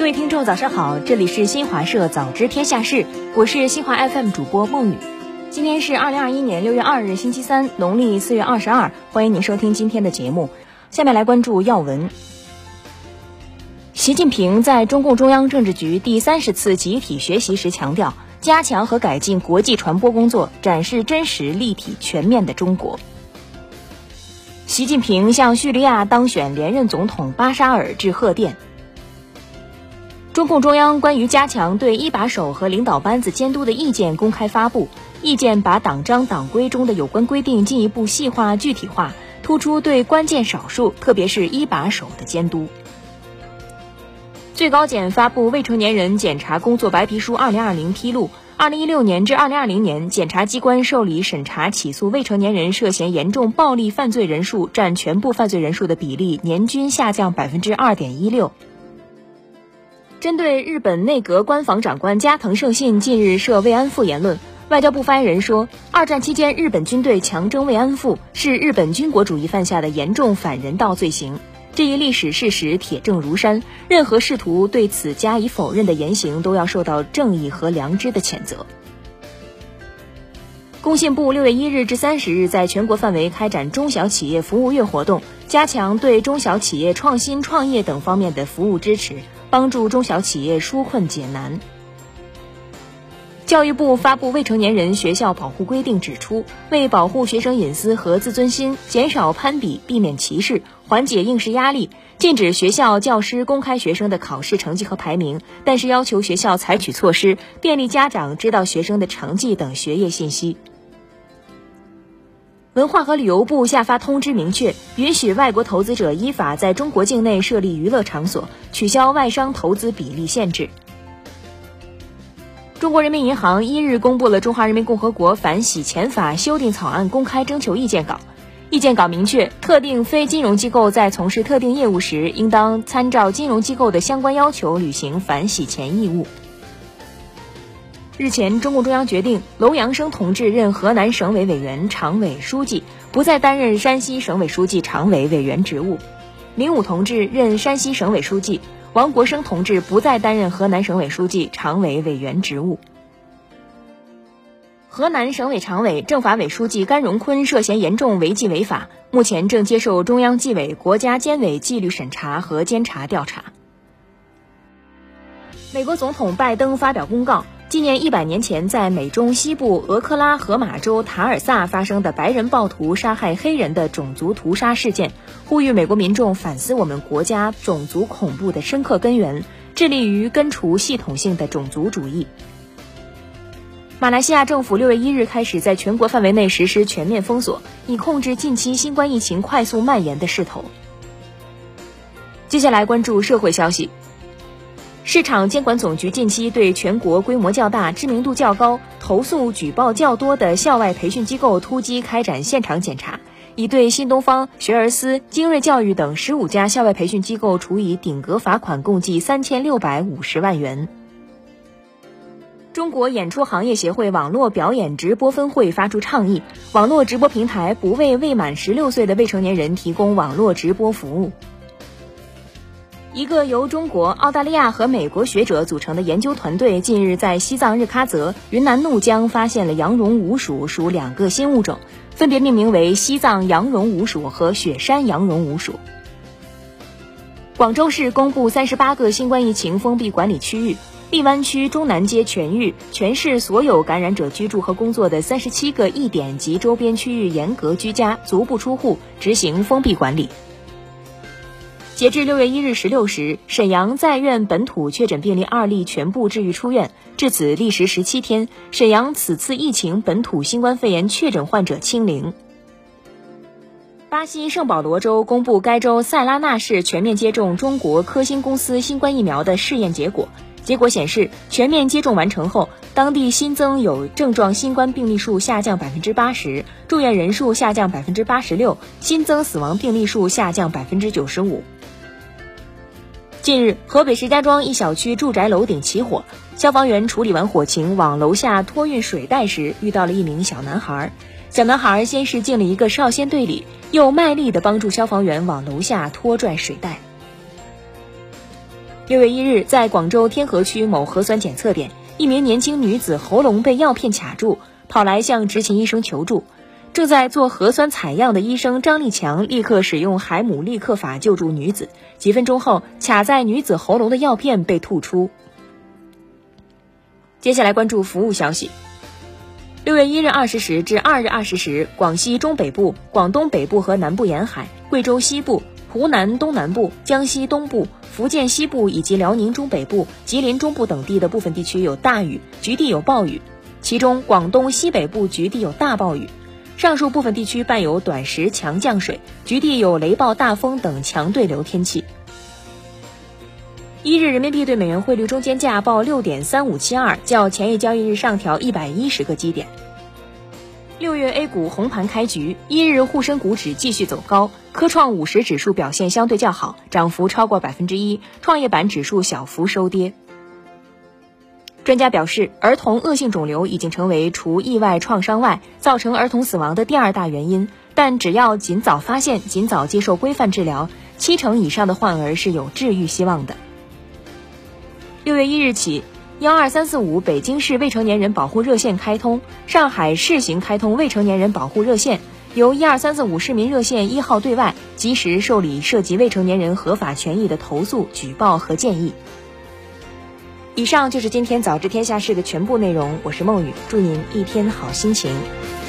位听众早上好，这里是新华社早知天下事，我是新华 FM 主播孟雨。今天是2021年6月2日星期三，农历4月22，欢迎您收听今天的节目。下面来关注要闻。习近平在中共中央政治局第30次集体学习时强调，加强和改进国际传播工作，展示真实、立体、全面的中国。习近平向叙利亚当选连任总统巴沙尔致贺电。中共中央关于加强对一把手和领导班子监督的意见公开发布，意见把党章党规中的有关规定进一步细化具体化，突出对关键少数，特别是一把手的监督。最高检发布未成年人检察工作白皮书2020披露，2016年至2020年，检察机关受理审查起诉未成年人涉嫌严重暴力犯罪人数占全部犯罪人数的比例年均下降 2.16%。针对日本内阁官房长官加藤胜信近日涉慰安妇言论，外交部发言人说，二战期间日本军队强征慰安妇是日本军国主义犯下的严重反人道罪行，这一历史事实铁证如山，任何试图对此加以否认的言行都要受到正义和良知的谴责。工信部6月1日至30日在全国范围开展中小企业服务月活动，加强对中小企业创新创业等方面的服务支持，帮助中小企业纾困解难。教育部发布未成年人学校保护规定，指出，为保护学生隐私和自尊心，减少攀比，避免歧视，缓解应试压力，禁止学校教师公开学生的考试成绩和排名，但是要求学校采取措施，便利家长知道学生的成绩等学业信息。文化和旅游部下发通知明确，允许外国投资者依法在中国境内设立娱乐场所，取消外商投资比例限制。中国人民银行1日公布了《中华人民共和国反洗钱法》修订草案公开征求意见稿。意见稿明确，特定非金融机构在从事特定业务时，应当参照金融机构的相关要求履行反洗钱义务。日前，中共中央决定楼阳生同志任河南省委委员、常委、书记，不再担任山西省委书记、常委、委员职务；林武同志任山西省委书记，王国生同志不再担任河南省委书记、常委、委员职务。河南省委常委、政法委书记甘荣坤涉嫌严重违纪违法，目前正接受中央纪委国家监委纪律审查和监察调查。美国总统拜登发表公告，纪念100年前在美中西部俄克拉荷马州塔尔萨发生的白人暴徒杀害黑人的种族屠杀事件，呼吁美国民众反思我们国家种族恐怖的深刻根源，致力于根除系统性的种族主义。马来西亚政府6月1日开始在全国范围内实施全面封锁，以控制近期新冠疫情快速蔓延的势头。接下来关注社会消息。市场监管总局近期对全国规模较大、知名度较高、投诉举报较多的校外培训机构突击开展现场检查，已对新东方、学而思、精锐教育等15家校外培训机构处以顶格罚款共计3650万元。中国演出行业协会网络表演直播分会发出倡议，网络直播平台不为未满16岁的未成年人提供网络直播服务。一个由中国、澳大利亚和美国学者组成的研究团队近日在西藏日喀则、云南怒江发现了羊绒五属属2个新物种，分别命名为西藏羊绒五属和雪山羊绒五属。广州市公布38个新冠疫情封闭管理区域，荔湾区中南街全域全市所有感染者居住和工作的37个疫点及周边区域严格居家，足不出户，执行封闭管理。截至6月1日16时，沈阳在院本土确诊病例2例全部治愈出院，至此历时17天，沈阳此次疫情本土新冠肺炎确诊患者清零。巴西圣保罗州公布该州塞拉纳市全面接种中国科兴公司新冠疫苗的试验结果，结果显示，全面接种完成后，当地新增有症状新冠病例数下降 80%， 住院人数下降 86%， 新增死亡病例数下降 95%。近日，河北石家庄一小区住宅楼顶起火，消防员处理完火情往楼下拖运水袋时，遇到了一名小男孩。小男孩先是敬了一个少先队礼，又卖力地帮助消防员往楼下拖拽水袋。 6月1日，在广州天河区某核酸检测点，一名年轻女子喉咙被药片卡住，跑来向执勤医生求助。正在做核酸采样的医生张立强立刻使用海姆立克法救助女子，几分钟后，卡在女子喉咙的药片被吐出。接下来关注服务消息。6月1日20时至2日20时，广西中北部、广东北部和南部沿海、贵州西部、湖南东南部、江西东部、福建西部以及辽宁中北部、吉林中部等地的部分地区有大雨，局地有暴雨，其中广东西北部局地有大暴雨。上述部分地区伴有短时强降水，局地有雷暴大风等强对流天气。1日人民币对美元汇率中间价报6.3572，较前一交易日上调110个基点。6月 A 股红盘开局，1日沪深股指继续走高，科创50指数表现相对较好，涨幅超过 1%， 创业板指数小幅收跌。专家表示，儿童恶性肿瘤已经成为除意外创伤外造成儿童死亡的第2大原因，但只要尽早发现、尽早接受规范治疗，70%以上的患儿是有治愈希望的。6月1日起，12345北京市未成年人保护热线开通，上海试行开通未成年人保护热线，由12345市民热线1号对外，及时受理涉及未成年人合法权益的投诉、举报和建议。以上就是今天早知天下事的全部内容，我是孟宇，祝您一天好心情。